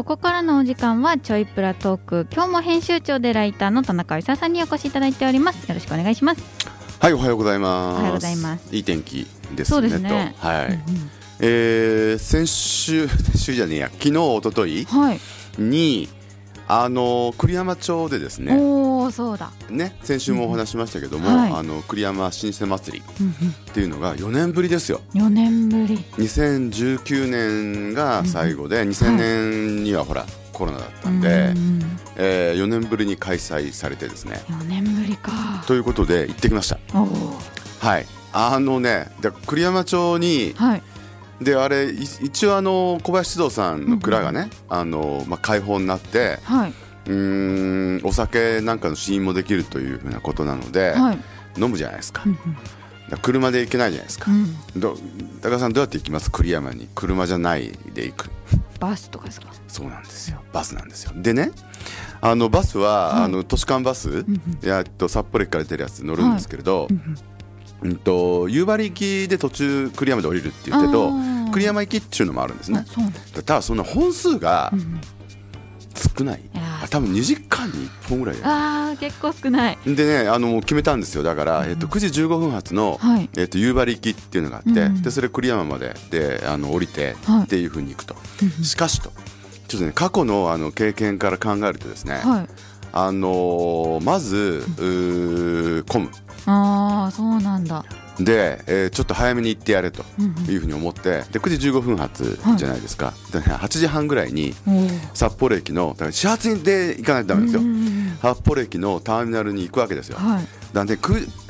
こからのお時間はちょいプラトーク。今日も編集長でライターの田中勲さんにお越しいただいております。よろしくお願いします。 はい、おはようございます。 おはようございます。 いい天気ですね。 そうですね。 と、はい。先週じゃねえや、昨日一昨日に、栗山町でですね。 そうだね、先週もお話しましたけども、栗山老舗祭りっていうのが4年ぶりですよ。 4年ぶり。 2019年が最後で、2000年にはほらコロナだったんで、4年ぶりに開催されてですね。 4年ぶりか。 ということで行ってきました。はい。栗山町に、であれ一応小林獅童さんの蔵がね、開放になって、お酒なんかの試飲もできるというふうなことなので、飲むじゃないですか。車で行けないじゃないですか。高田さんどうやって行きます？栗山に。車じゃないで行く。 バスとかですか？ そうなんですよ。バスなんですよ。でね、バスは、都市間バス、札幌駅から出るやつ乗るんですけれど、夕張行きで途中栗山で降りるって言ってと、栗山行きっていうのもあるんですね。ただその本数が少ない。多分2時間に1本ぐらい結構少ないでね、決めたんですよ。だから、9時15分発の、夕張行きっていうのがあって、でそれ栗山までで降りて、っていう風に行くと。しかしとちょっとね、過去の経験から考えるとですね、まず混む。 そうなんだ。 で、ちょっと早めに行ってやれというふうに思って、で9時15分発じゃないですか。で8時半ぐらいに札幌駅の、だから始発で行かないとダメですよ。札幌駅のターミナルに行くわけですよ。だで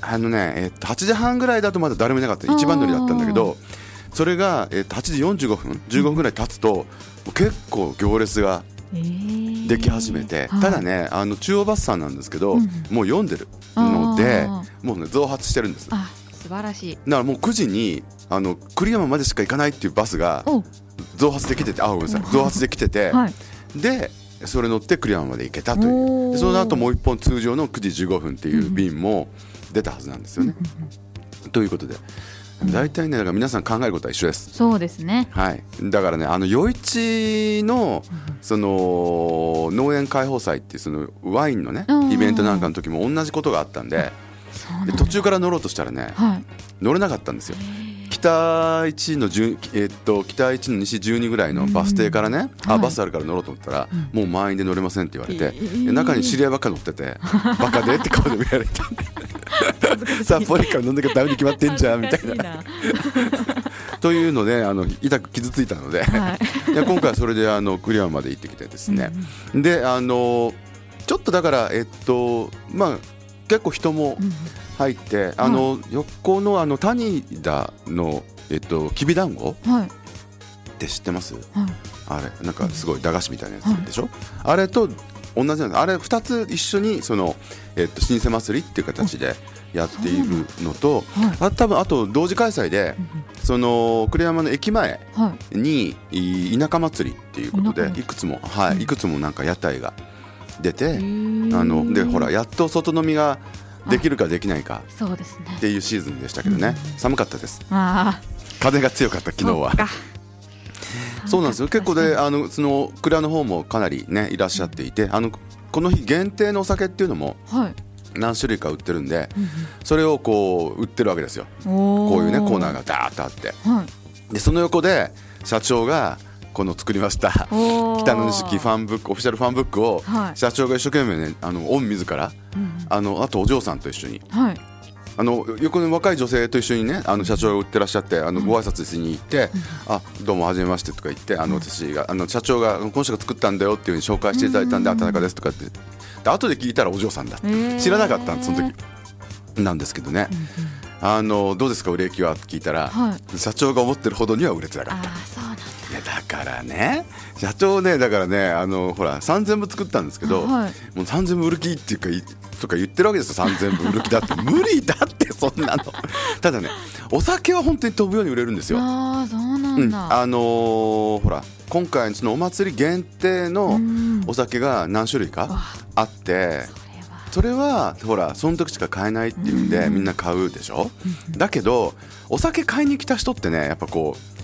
8時半ぐらいだとまだ誰もいなかった。一番乗りだったんだけど、それが8時45分15分ぐらい経つと結構行列ができ始めて、ただね、中央バスさんなんですけど、もう読んでるので、もうね増発してるんです。 素晴らしい。 だからもう9時に栗山までしか行かないっていうバスが増発できてて、ごめんなさい、増発できてて、でそれ乗って栗山まで行けたという。でその後もう一本通常の9時15分っていう便も出たはずなんですよね。ということで大体ね、だから皆さん考えることは一緒です。 そうですね。 はい。だからね、余市のその農園開放祭っていうそのワインのねイベントなんかの時も同じことがあったんで、途中から乗ろうとしたらね、乗れなかったんですよ。北一の西12ぐらいのバス停からね、バスあるから乗ろうと思ったら、もう満員で乗れませんって言われて、中に知り合いばっか乗ってて、バカでって顔で見られて札幌から乗んなきゃダメに決まってんじゃんみたいなというので痛く傷ついたので、今回はそれで栗山まで行ってきてですね、でちょっとだから結構人も入って、横の谷田のきびだんごって知ってます？あれなんかすごい駄菓子みたいなやつでしょ。あれと同じなんです。あれ2つ一緒にその老舗祭りっていう形でやっているのと、多分あと同時開催でその栗山の駅前に田舎祭りっていうことでいくつもなんか屋台が出て、でほらやっと外飲みができるかできないかっていうシーズンでしたけどね、寒かったです。風が強かった昨日は。そうなんですよ。結構でその蔵の方もかなりねいらっしゃっていて、この日限定のお酒っていうのも何種類か売ってるんで、それをこう売ってるわけですよ。こういうねコーナーがダーッとあって、でその横で社長がこの作りました北の錦ファンブック、オフィシャルファンブックを社長が一生懸命ね御自らあとお嬢さんと一緒に、横の若い女性と一緒にね社長が売ってらっしゃってご挨拶しに行って、どうもはじめましてとか言って、私が社長がこの人が作ったんだよっていう風に紹介していただいたんで、田中ですとかってで後で聞いたらお嬢さんだって知らなかったんです、その時なんですけどね。どうですか売れ行きはって聞いたら、社長が思ってるほどには売れてなかった。だからね社長ね、だからねほら3000部作ったんですけど、もう3000部売る気っていうかとか言ってるわけですよ。3000部売る気だって無理だってそんなのただねお酒は本当に飛ぶように売れるんですよ。 そうなんだ。 ほら今回そのお祭り限定のお酒が何種類かあって、それはほらその時しか買えないっていうんでみんな買うでしょ。だけどお酒買いに来た人ってねやっぱこう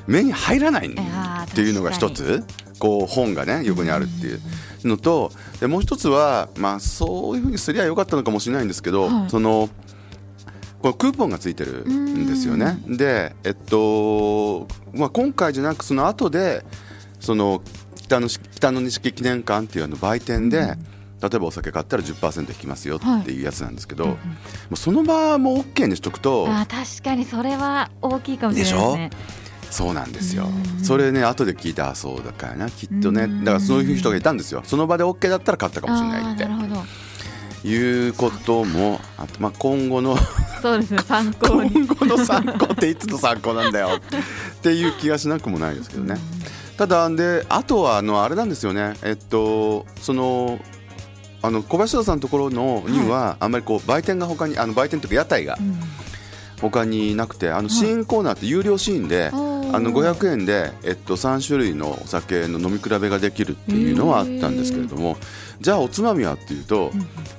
目に入らないっていうのが一つ、こう本がね横にあるっていうのと、でもう一つは、そういう風にすりゃよかったのかもしれないんですけど、そのこれクーポンがついてるんですよね。で、今回じゃなくその後でその北の錦記念館っていう売店で、例えばお酒買ったら 10% 引きますよっていうやつなんですけど、もうその場も OK にしとくと、 確かにそれは大きいかもしれないですね。 でしょ。そうなんですよ。それね後で聞いたそうだからな、きっとね。だからそういう人がいたんですよ。その場で OK だったら買ったかもしれないって。 なるほど。 いうこともあと、今後のそうですね、参考に今後の参考っていつの参考なんだよっていう気がしなくもないですけどね。ただであとはあれなんですよね。その小林さんのところのには、あんまりこう売店が他に売店というか屋台が他になくて、シーンコーナーって有料シーンで、500円で、3種類のお酒の飲み比べができるっていうのはあったんですけれども、じゃあおつまみはっていうと、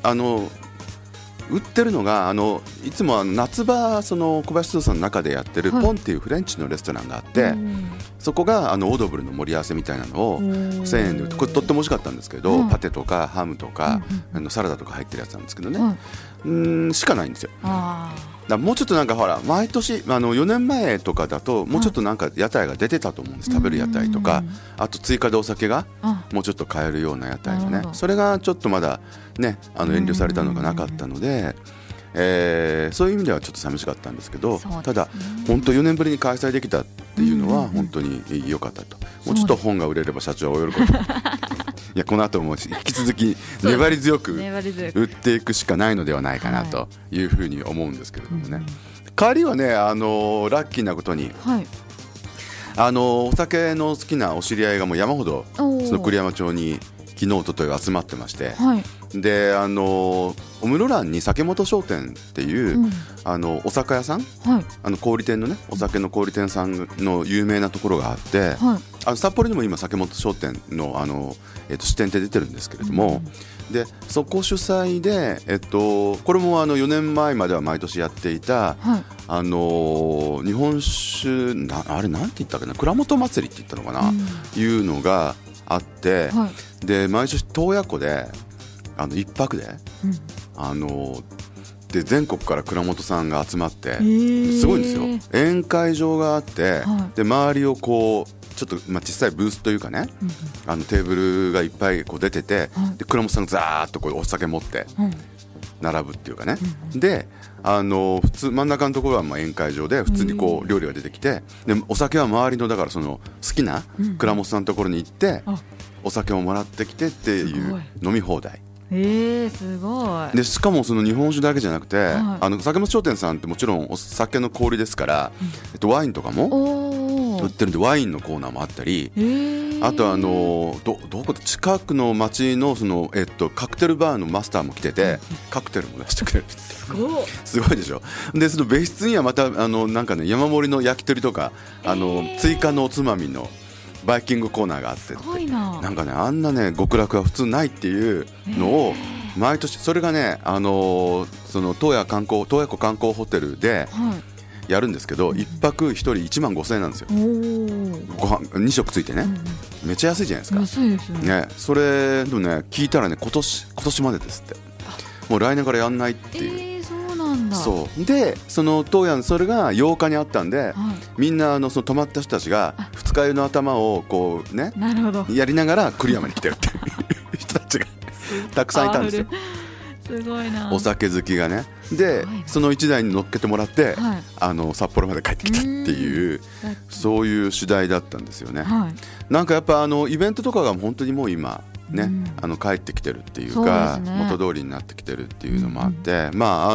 売ってるのがいつも夏場その小林さんの中でやってるポンっていうフレンチのレストランがあって、そこがオードブルの盛り合わせみたいなのを1000円で売って、これとっても美味しかったんですけど、パテとかハムとか、サラダとか入ってるやつなんですけどね、しかないんですよ。だもうちょっとなんかほら毎年4年前とかだともうちょっとなんか屋台が出てたと思うんです。食べる屋台とか、あと追加でお酒がもうちょっと買えるような屋台がね、それがちょっとまだね遠慮されたのがなかったので、そういう意味ではちょっと寂しかったんですけど、ただ本当4年ぶりに開催できたっていうのは本当に良かったと。もうちょっと本が売れれば社長は喜ぶいやこの後も引き続き粘り強く売っていくしかないのではないかなというふうに思うんですけれどもね。代わりはねラッキーなことに、お酒の好きなお知り合いがもう山ほどその栗山町に昨日おととい集まってまして、でお室蘭に酒本商店っていう、お酒屋さん、小売店のねお酒の小売店さんの有名なところがあって、札幌にも今酒本商店の、支店って出てるんですけれども、でそこ主催で、これも4年前までは毎年やっていた、日本酒あれなんて言ったっけな、蔵元祭りって言ったのかな、いうのがあって、で毎年洞爺湖で一泊で、で全国から蔵元さんが集まって、すごいんですよ。宴会場があって、で周りをこうちょっと小さいブースというかね、テーブルがいっぱいこう出てて、で蔵元さんがザーッとこうお酒持って並ぶっていうかね、で普通真ん中のところは宴会場で普通にこう料理が出てきて、でお酒は周りのだからその好きな蔵元さんのところに行って、お酒をもらってきてっていう飲み放題。 すごい。 でしかもその日本酒だけじゃなくて、酒本商店さんってもちろんお酒の小売ですから、ワインとかも売ってるんで、ワインのコーナーもあったり、あとどこで近くの町のその、カクテルバーのマスターも来てて、カクテルも出してくれるってすごいでしょ。でその別室にはまたなんかね山盛りの焼き鳥とか追加のおつまみのバイキングコーナーがあって、なんかねあんなね極楽は普通ないっていうのを毎年、それがねその洞爺湖観光ホテルでやるんですけど、1泊1人1万5000円なんですよ。ご飯2食ついてね、めっちゃ安いじゃないですか。 安いですね。 それでね聞いたらね今年までですって、もう来年からやんないっていう。 そうなんだ。 そうでその洞爺のそれが8日にあったんで、みんなその泊まった人たちが二日酔いの頭をこうねやりながら栗山に来てるっていう人たちがたくさんいたんですよ。 すごいな。 お酒好きがね。でその1台に乗っけてもらって、札幌まで帰ってきたっていう、そういう次第だったんですよね。なんかやっぱイベントとかが本当にもう今ね、帰ってきてるっていうか、元通りになってきてるっていうのもあって、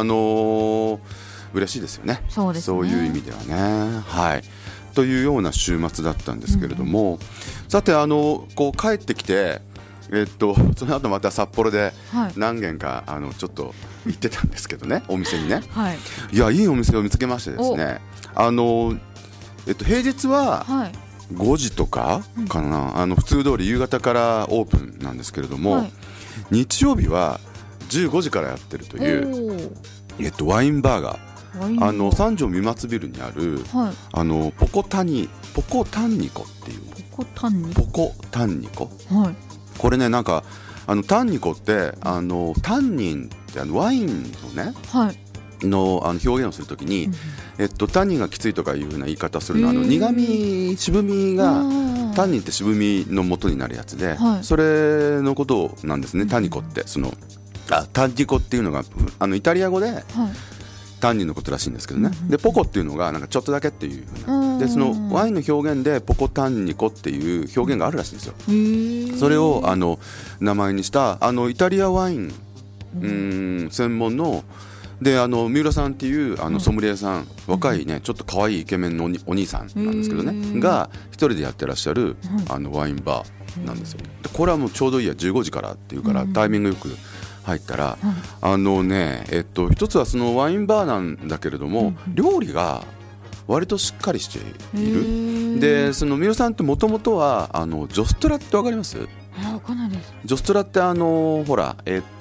嬉しいですよね。そういう意味ではね。というような週末だったんですけれども、さてこう帰ってきてその後また札幌で何軒かちょっと行ってたんですけどね、お店にね、いやいいお店を見つけましてですね、平日は5時とかかな、普通通り夕方からオープンなんですけれども、日曜日は15時からやってるという、ワインバーが三条三松ビルにある、ポコタンニコっていうポコタンニコ、これねなんかタンニコってタンニンってワインのね、の表現をするときに、タンニンがきついとかいうふうな言い方するのは苦味渋みがタンニンって渋みの元になるやつで、それのことなんですね。タンニコってタンニコっていうのがイタリア語で、タンニンのことらしいんですけどね、でポコっていうのがなんかちょっとだけっていう風なで、そのワインの表現でポコタンニコっていう表現があるらしいんですよ。それを名前にしたイタリアワイン専門ので三浦さんっていうソムリエさん、若いねちょっと可愛いイケメンのお兄さんなんですけどねが一人でやってらっしゃるワインバーなんですよ。でこれはもうちょうどいいや15時からっていうからタイミングよく入ったら、一つはそのワインバーなんだけれども、料理が割としっかりしている。でその三浦さんってもともとはジョストラってわかります？ わかんないです。 ジョストラってほら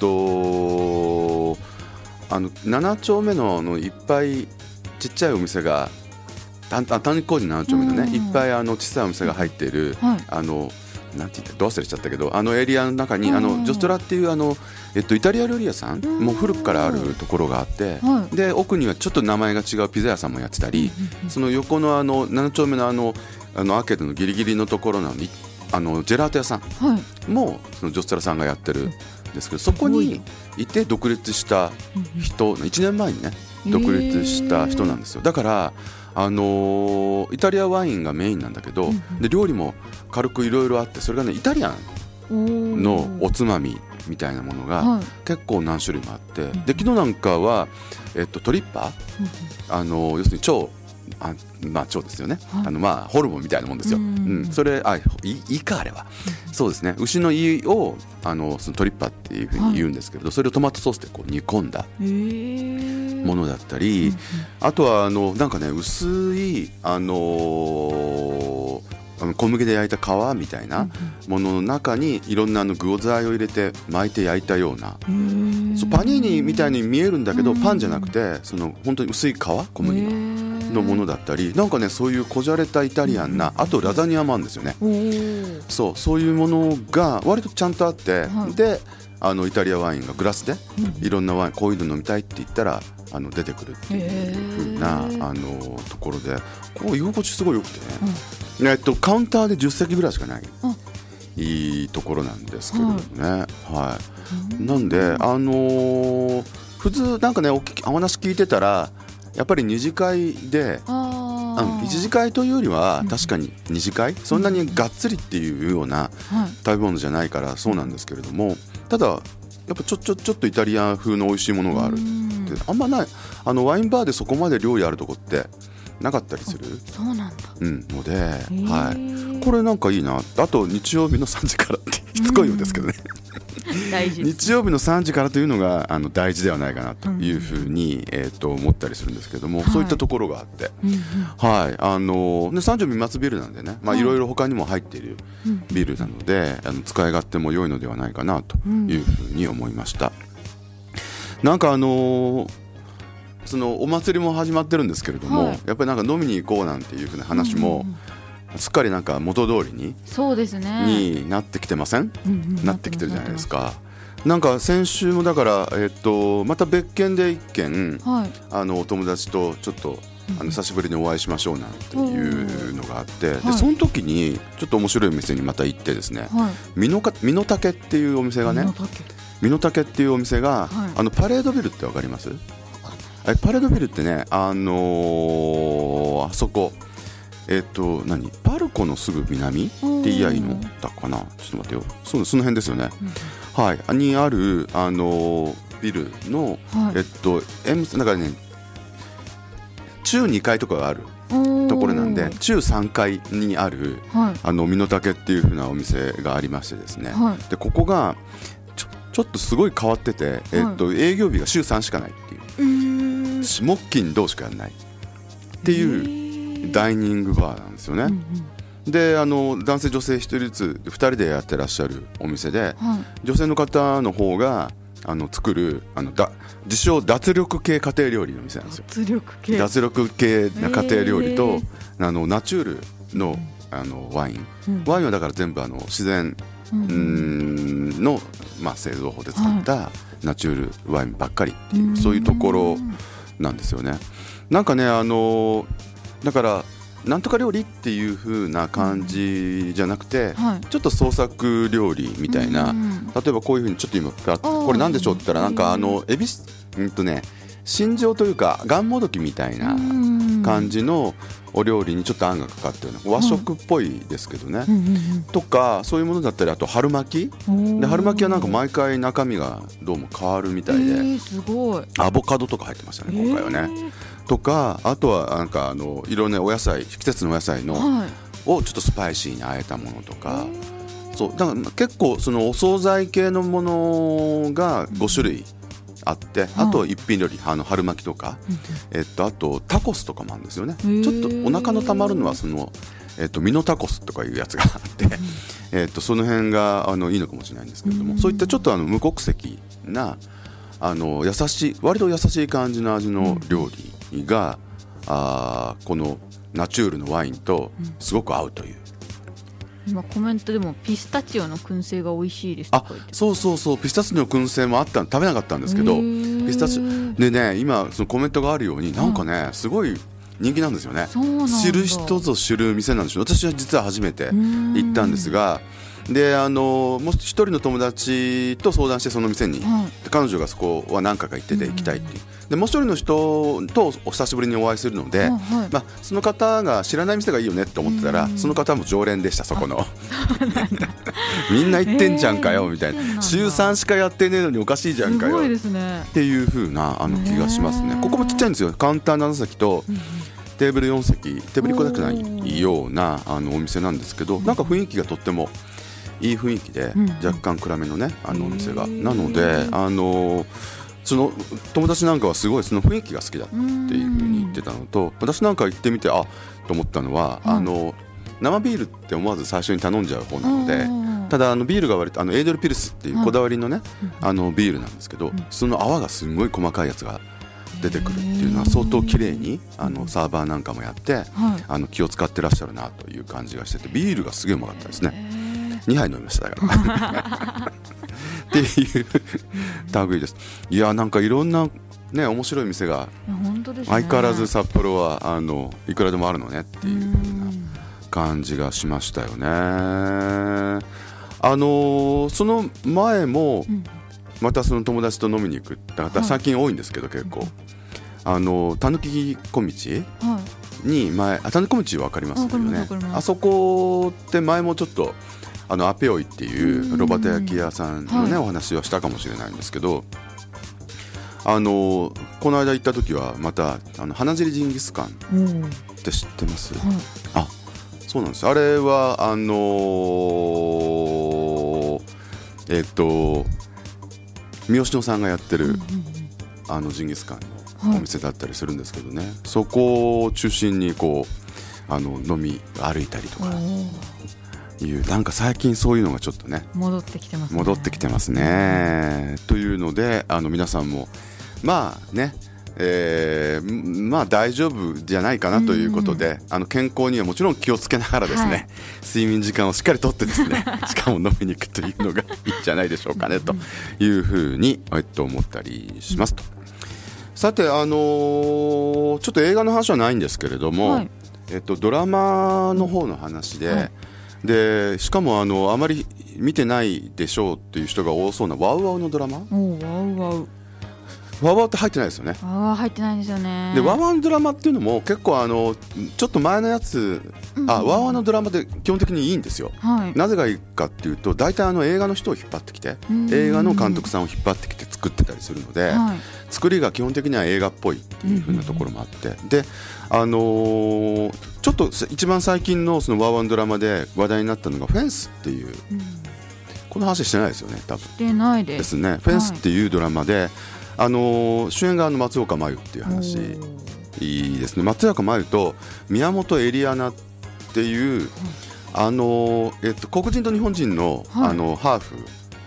7丁目のいっぱいちっちゃいお店が単に工事7丁目のねいっぱい小さいお店が入っている、なんて言ってど忘れちゃったけどエリアの中にジョストラっていうイタリア料理屋さんも古くからあるところがあって、で奥にはちょっと名前が違うピザ屋さんもやってたり、その横の7丁目のアーケードのギリギリのところなのにジェラート屋さんもそのジョストラさんがやってるんですけど、そこにいて独立した人、1年前にね独立した人なんですよ。だからイタリアワインがメインなんだけど、で料理も軽くいろいろあって、それがねイタリアンのおつまみみたいなものが結構何種類もあって、で昨日なんかは、トリッパー、要するに腸腸ですよね、ホルモンみたいなもんですよ、それ胃かあれは、そうですね、牛の胃をそのトリッパーっていうふうに言うんですけれど、それをトマトソースでこう煮込んだものだったり、あとはなんかね薄い小麦で焼いた皮みたいなものの中にいろんな具材を入れて巻いて焼いたような、そうパニーニみたいに見えるんだけどパンじゃなくて本当に薄い皮小麦のものだったり、なんかねそういうこじゃれたイタリアンな、あとラザニアもあるんですよね。そういうものが割とちゃんとあって、でイタリアワインがグラスでいろんなワインこういうの飲みたいって言ったら出てくるっていう風なところで、居心地すごい良くてね、カウンターで10席ぐらいしかないいいところなんですけれどもね、なんで普通なんかねお話聞いてたらやっぱり二次会で一次会というよりは確かに二次会、そんなにがっつりっていうような食べ物じゃないからそうなんですけれども、ただやっぱちょっとイタリア風の美味しいものがあるってあんまない。ワインバーでそこまで料理あるとこってなかったりするので、これなんかいいな。あと日曜日の3時からってしつこいようですけどね大事日曜日の3時からというのが大事ではないかなというふうに、思ったりするんですけども、そういったところがあって、三条三松ビルなんでね、いろいろ他にも入っているビルなので、使い勝手も良いのではないかなというふうに思いました。なんかそのお祭りも始まってるんですけれども、やっぱりなんか飲みに行こうなんていうふうな話も、すっかりなんか元通りにになってきてません？なってきてるじゃないですか。なんか先週もだから、また別件で一件、お友達とちょっと久しぶりにお会いしましょうなんていうのがあって、でその時にちょっと面白い店にまた行ってですね、身の丈っていうお店がね、身の丈っていうお店が、パレードビルってわかります？パレードビルってね、あそこパルコのすぐ南って言いやいいのだかな、ちょっと待ってよ、その辺ですよね、にあるビルの、だからね中2階とかがあるところなんで、中3階にある、身の丈っていう風なお店がありましてですね、でここがちょっとすごい変わってて、営業日が週3しかないっていう、木金土しかやらないっていうダイニングバーなんですよね。で男性女性1人ずつ2人でやってらっしゃるお店で、女性の方の方が作る自称脱力系家庭料理の店なんですよ。脱力系な家庭料理とナチュールの、ワイン、ワインはだから全部自然の、製造法で作ったナチュールワインばっかりっていう、そういうところなんですよね。なんかねだからなんとか料理っていう風な感じじゃなくて、ちょっと創作料理みたいな、例えばこういう風にちょっと今これなんでしょうって言ったらなんかエビ新庄というかがんもどきみたいな感じのお料理にちょっとあんがかかったような和食っぽいですけどね、とかそういうものだったり、あと春巻きで、春巻きはなんか毎回中身がどうも変わるみたいで、 すごいアボカドとか入ってましたね今回はね、とかあとはなんかいろんなお野菜、季節のお野菜の、をちょっとスパイシーに和えたものとか、そうだから結構そのお惣菜系のものが5種類あって、あと一品料理春巻きとか、あとタコスとかもあるんですよね。ちょっとお腹のたまるのはその、ミノタコスとかいうやつがあって、その辺がいいのかもしれないんですけれども、そういったちょっと無国籍な優しい、割と優しい感じの味の料理が、このナチュールのワインとすごく合うという。 今コメントでもピスタチオの燻製が美味しいですとか言って、 そうピスタチオの燻製もあった、食べなかったんですけど、ピスタチオでね、今そのコメントがあるようになんかね、すごい人気なんですよね。知る人ぞ知る店なんですよ。私は実は初めて行ったんですが、でもう一人の友達と相談してその店に、彼女がそこは何回か行ってて行きたいっていう、でもう一人の人とお久しぶりにお会いするので、その方が知らない店がいいよねって思ってたら、その方も常連でした。そこのみんな行ってんじゃんかよみたいな、週3しかやってねえのにおかしいじゃんかよっていう風な気がしますね。ここもちっちゃいんですよ。カウンター7席とテーブル4席、テーブル1個だけないようなお店なんですけど、なんか雰囲気がとってもいい雰囲気で、若干暗めのねお店が、なのでその友達なんかはすごいその雰囲気が好きだっていう風に言ってたのと、私なんか行ってみてと思ったのは、生ビールって思わず最初に頼んじゃう方なので、ただビールが割とエーデルピルスっていうこだわりのね、ビールなんですけど、その泡がすごい細かいやつが出てくるっていうのは相当綺麗にサーバーなんかもやって、気を使ってらっしゃるなという感じがしてて、ビールがすげえうまかったですね。2杯飲みましただからっていう類です。いや、なんかいろんなね面白い店が、相変わらず札幌はいくらでもあるのねっていう風な感じがしましたよね。その前もまたその友達と飲みに行くって最近多いんですけど、結構たぬき小道に前、たぬき小道分かりますよね。あそこって前もちょっとアペオイっていう炉端焼き屋さんのね、お話はしたかもしれないんですけど、この間行った時はまた花尻ジンギスカンって知ってます？そうなんです。あれは三好野さんがやってるジンギスカンのお店だったりするんですけどね、そこを中心にこう飲み歩いたりとかなんか最近そういうのがちょっとね戻ってきてますね。というので皆さんもまあね、大丈夫じゃないかなということで、健康にはもちろん気をつけながらですね、睡眠時間をしっかりとってですねしかも飲みに行くというのがいいんじゃないでしょうかねというふうに思ったりしますと。さてちょっと映画の話はないんですけれども、ドラマの方の話で、でしかもあまり見てないでしょうっていう人が多そうなワウワウのドラマ。ワウワウって入ってないですよね。 入ってないんですよね。 でワウワウのドラマっていうのも結構ちょっと前のやつ、ワウワウのドラマで基本的にいいんですよ。なぜがいいかっていうと、大体映画の人を引っ張ってきて、映画の監督さんを引っ張ってきて作ってたりするので、作りが基本的には映画っぽいっていう風なところもあって、でちょっと一番最近のそのワウワウのドラマで話題になったのがフェンスっていう、この話してないですよね多分。 してないですね。フェンスっていうドラマで、主演が松岡茉優っていう話、いいですね。松岡茉優と宮本エリアナっていう、黒人と日本人の、ハーフ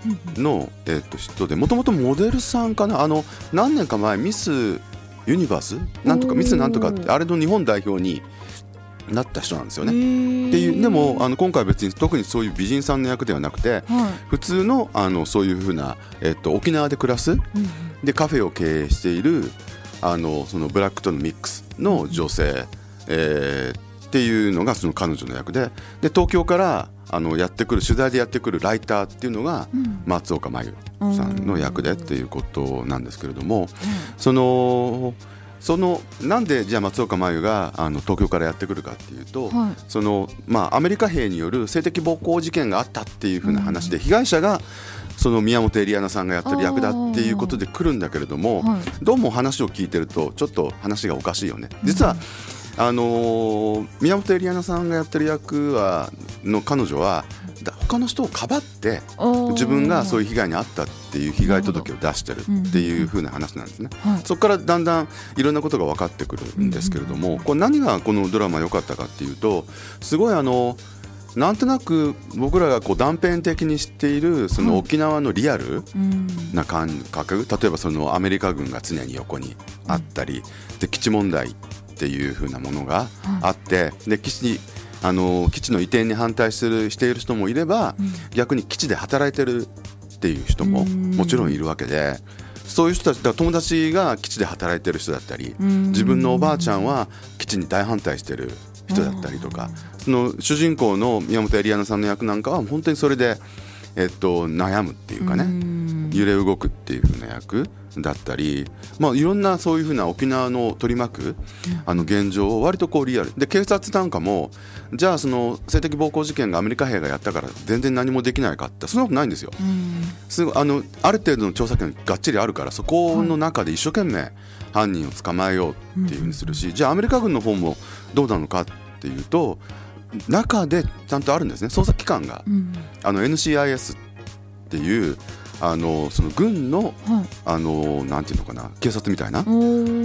の、人で、もともとモデルさんかな、何年か前ミスユニバースなんとかミスなんとかってあれの日本代表になった人なんですよね。っていうでも今回は別に特にそういう美人さんの役ではなくて、普通のそういう風な、沖縄で暮らす、でカフェを経営しているそのブラックとのミックスの女性、っていうのがその彼女の役で、東京からやってくる取材でやってくるライターっていうのが松岡茉優さんの役でっていうことなんですけれども、そのなんでじゃあ松岡茉優が東京からやってくるかっていうと、アメリカ兵による性的暴行事件があったっていう風な話で、被害者がその宮本エリアナさんがやってる役だっていうことで来るんだけれども、どうも話を聞いてるとちょっと話がおかしいよね。実は宮本エリアナさんがやってる役の彼女は他の人をかばって自分がそういう被害に遭ったっていう被害届を出してるっていう風な話なんですね。そこからだんだんいろんなことが分かってくるんですけれども、これ何がこのドラマ良かったかっていうと、すごいなんとなく僕らがこう断片的に知っているその沖縄のリアルな感覚、例えばそのアメリカ軍が常に横にあったりで、基地問題っていう風なものがあって、で基地の移転に反対している人もいれば、逆に基地で働いてるっていう人ももちろんいるわけで、そういう人たちだ、友達が基地で働いてる人だったり、自分のおばあちゃんは基地に大反対してる人だったりとか、その主人公の宮本エリアナさんの役なんかは本当にそれで、悩むっていうかね、揺れ動くっていう風な役だったり、いろんなそういう風な沖縄の取り巻く現状を割とこうリアルで、警察なんかもじゃあその性的暴行事件がアメリカ兵がやったから全然何もできないかってそんなことないんですよ。ある程度の調査権がっちりあるから、そこの中で一生懸命犯人を捕まえようっていう風にするし、じゃあアメリカ軍の方もどうなのかっていうと、中でちゃんとあるんですね、捜査機関が、NCIS っていうその軍の、なんていうのかな、警察みたいなで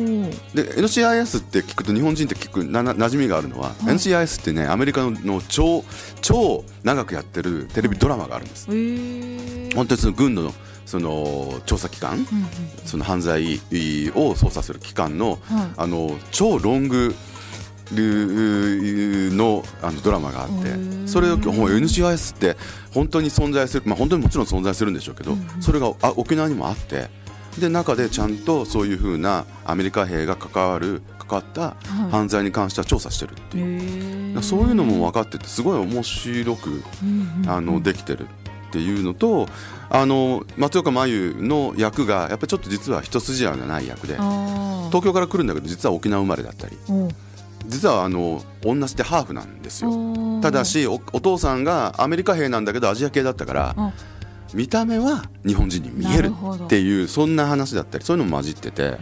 NCIS って聞くと日本人って馴染みがあるのは、NCIS ってね、アメリカの超長くやってるテレビドラマがあるんです。本当にその軍のその調査機関、その犯罪を捜査する機関の、超ロングのドラマがあって、それをNCIS って本当に存在する、本当にもちろん存在するんでしょうけど、それが沖縄にもあって、で中でちゃんとそういう風なアメリカ兵が関わった犯罪に関しては調査してるっていう、そういうのも分かっててすごい面白くできてるっていうのと、松岡茉優の役がやっぱりちょっと実は一筋縄じゃない役で、東京から来るんだけど実は沖縄生まれだったり、実は同じでハーフなんですよ。ただし お父さんがアメリカ兵なんだけどアジア系だったから、見た目は日本人に見えるっていう、そんな話だったり、そういうのも混じってて、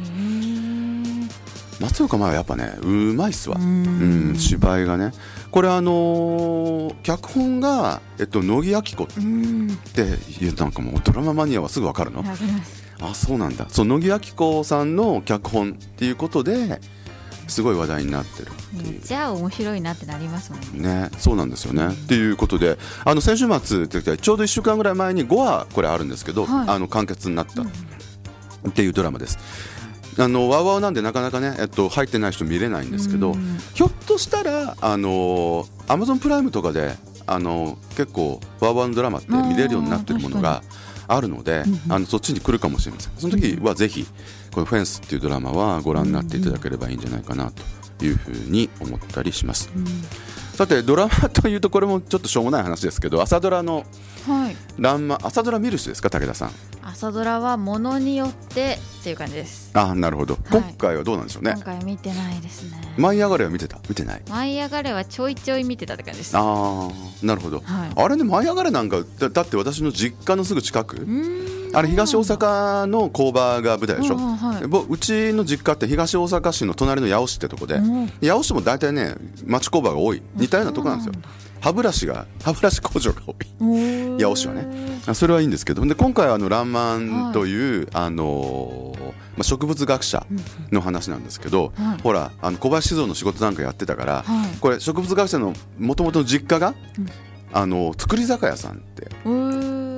松岡茉優はやっぱねうまいっすわ、芝居がね。これ脚本が乃木明子っていう、なんかもうドラママニアはすぐ分かるの？あ、そうなんだ。そう、乃木明子さんの脚本っていうことですごい話題になってるっていう、 じゃあ面白いなってなりますもんね。 そうなんですよね、っていうことで先週末ってちょうど1週間ぐらい前に5話これあるんですけど、完結になったっていうドラマです。ワウワウなんでなかなかね、入ってない人見れないんですけど、ひょっとしたらAmazon プライムとかで結構ワウワウのドラマって見れるようになってるものがあるので、そっちに来るかもしれません。その時はぜひこのフェンスっていうドラマはご覧になっていただければいいんじゃないかなというふうに思ったりします。さてドラマというとこれもちょっとしょうもない話ですけど、朝ドラのランマ、朝ドラ見る人ですか、武田さん？ 朝ドラはものによってっていう感じです。 なるほど、今回はどうなんでしょうね。 今回は見てないですね。 舞い上がれは見てない？ 舞い上がれはちょいちょい見てたって感じです。 なるほど、あれね、舞い上がれなんかだって私の実家のすぐ近く、あれ東大阪の工場が舞台でしょ。うちの実家って東大阪市の隣の八尾市ってとこで、八尾市も大体ね町工場が多い、似たようなとこなんですよ。歯ブラシ工場が多い八尾市はね。それはいいんですけど、で今回はらんまんという、植物学者の話なんですけど、ほら小林静雄の仕事なんかやってたから、これ植物学者のもともとの実家が、作り酒屋さんって、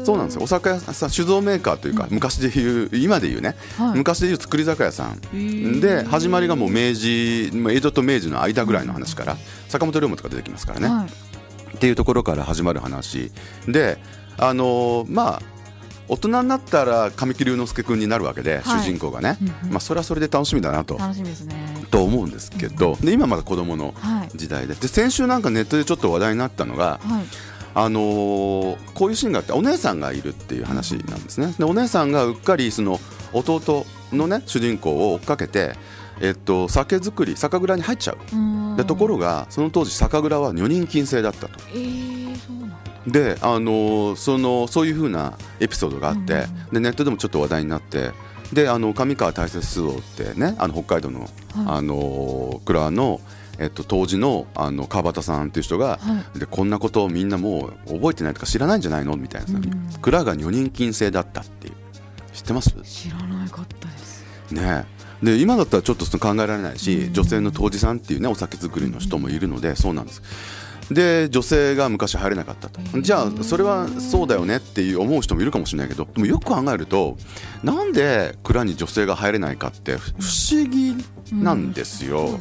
そうなんですよ。お酒屋さん、酒造メーカーというか、昔でいう今でいうね、昔でいう作り酒屋さんで、始まりがもう明治、江戸と明治の間ぐらいの話から、坂本龍馬とか出てきますからね、っていうところから始まる話で、まあ大人になったら神木隆之介君になるわけで、主人公がね、それはそれで楽しみだなと、 楽しみですね、 と思うんですけど、で今まだ子供の時代で、先週なんかネットでちょっと話題になったのが、こういうシーンがあって、お姉さんがいるっていう話なんですね。でお姉さんがうっかりその弟のね主人公を追っかけて、酒造り酒蔵に入っちゃう。でところがその当時酒蔵は女人禁制だったと。 そうなんだ。 でそういう風なエピソードがあって、でネットでもちょっと話題になって、で上川大雪酒造ってね、北海道の、蔵の当時の川端さんっていう人が、でこんなことをみんなもう覚えてないとか知らないんじゃないのみたいな、蔵が女人禁制だったっていう、知ってます？ 知らなかったですね。で今だったらちょっと考えられないし、女性の杜氏さんっていうねお酒作りの人もいるので、そうなんです。で女性が昔入れなかったと。じゃあそれはそうだよねっていう思う人もいるかもしれないけど、でもよく考えるとなんで蔵に女性が入れないかって不思議なんですよ。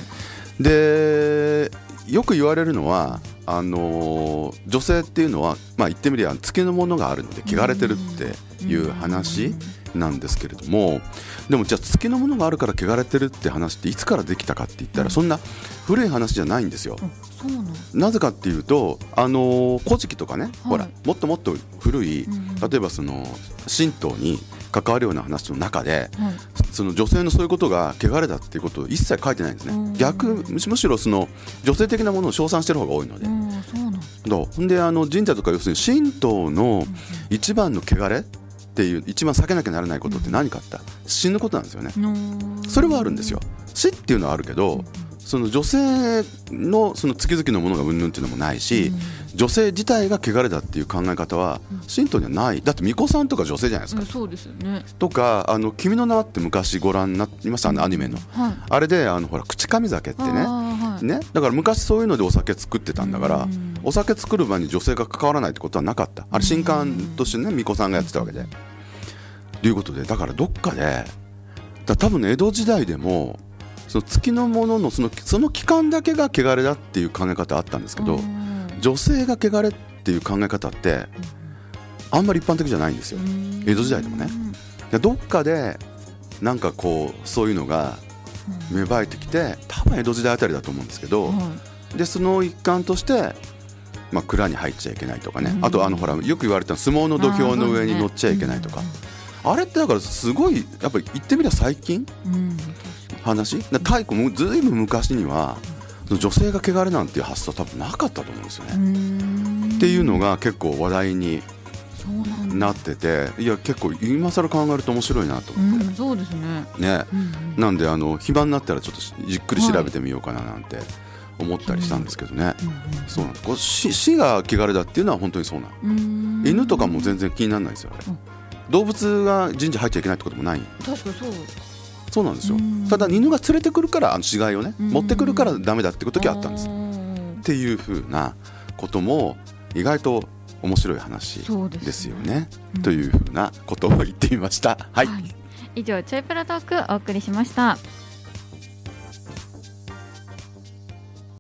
でよく言われるのは女性っていうのは、言ってみれば月のものがあるので汚れてるっていう話なんですけれども、でもじゃあ月のものがあるから汚れてるって話っていつからできたかって言ったら、そんな古い話じゃないんですよ。なぜかっていうと古事記とかね、ほらもっともっと古い、例えばその神道に関わるような話の中で、その女性のそういうことが汚れだっていうことを一切書いてないんですね。むしろその女性的なものを称賛してる方が多いので、で神社とか要するに神道の一番の汚れっていう、一番避けなきゃならないことって何かって、死ぬことなんですよね。それはあるんですよ。死っていうのはあるけど、その女性のその月々のものがうんぬんっていうのもないし、女性自体が汚れだっていう考え方は神道にはない。だって巫女さんとか女性じゃないですか。 そうですよね。 とか君の名はって昔ご覧になりました？アニメの、あれでほら口上酒ってね、だから昔そういうのでお酒作ってたんだから、お酒作る場に女性が関わらないってことはなかった。あれ神官としてね巫女さんがやってたわけで、ということで、だからどっかで多分、ね、江戸時代でもその月のもののその期間だけが汚れだっていう考え方あったんですけど、女性が汚れっていう考え方ってあんまり一般的じゃないんですよ、江戸時代でもね。どっかでなんかこうそういうのが芽生えてきて、多分江戸時代あたりだと思うんですけど、でその一環として、蔵に入っちゃいけないとかね、あとほらよく言われた相撲の土俵の上に乗っちゃいけないとか、あれってだからすごいやっぱり言ってみれば最近、話太古もずいぶん昔には女性が汚れなんていう発想多分なかったと思うんですよね。っていうのが結構話題になってて、いや結構今更考えると面白いなと思って、 そうですね。 なんで暇になったらちょっとじっくり調べてみようかななんて思ったりしたんですけどね。そうなんです。死が汚れだっていうのは本当にそうなの。犬とかも全然気にならないですよ、あれ。動物が神社入っちゃいけないってこともない。 確かにそうなんですよ。ただ犬が連れてくるから死骸をね持ってくるからダメだって時はあったんです。っていう風なことも意外と面白い話ですよね。という風なことを言ってみました。はい。 以上ちょいプラトークお送りしました。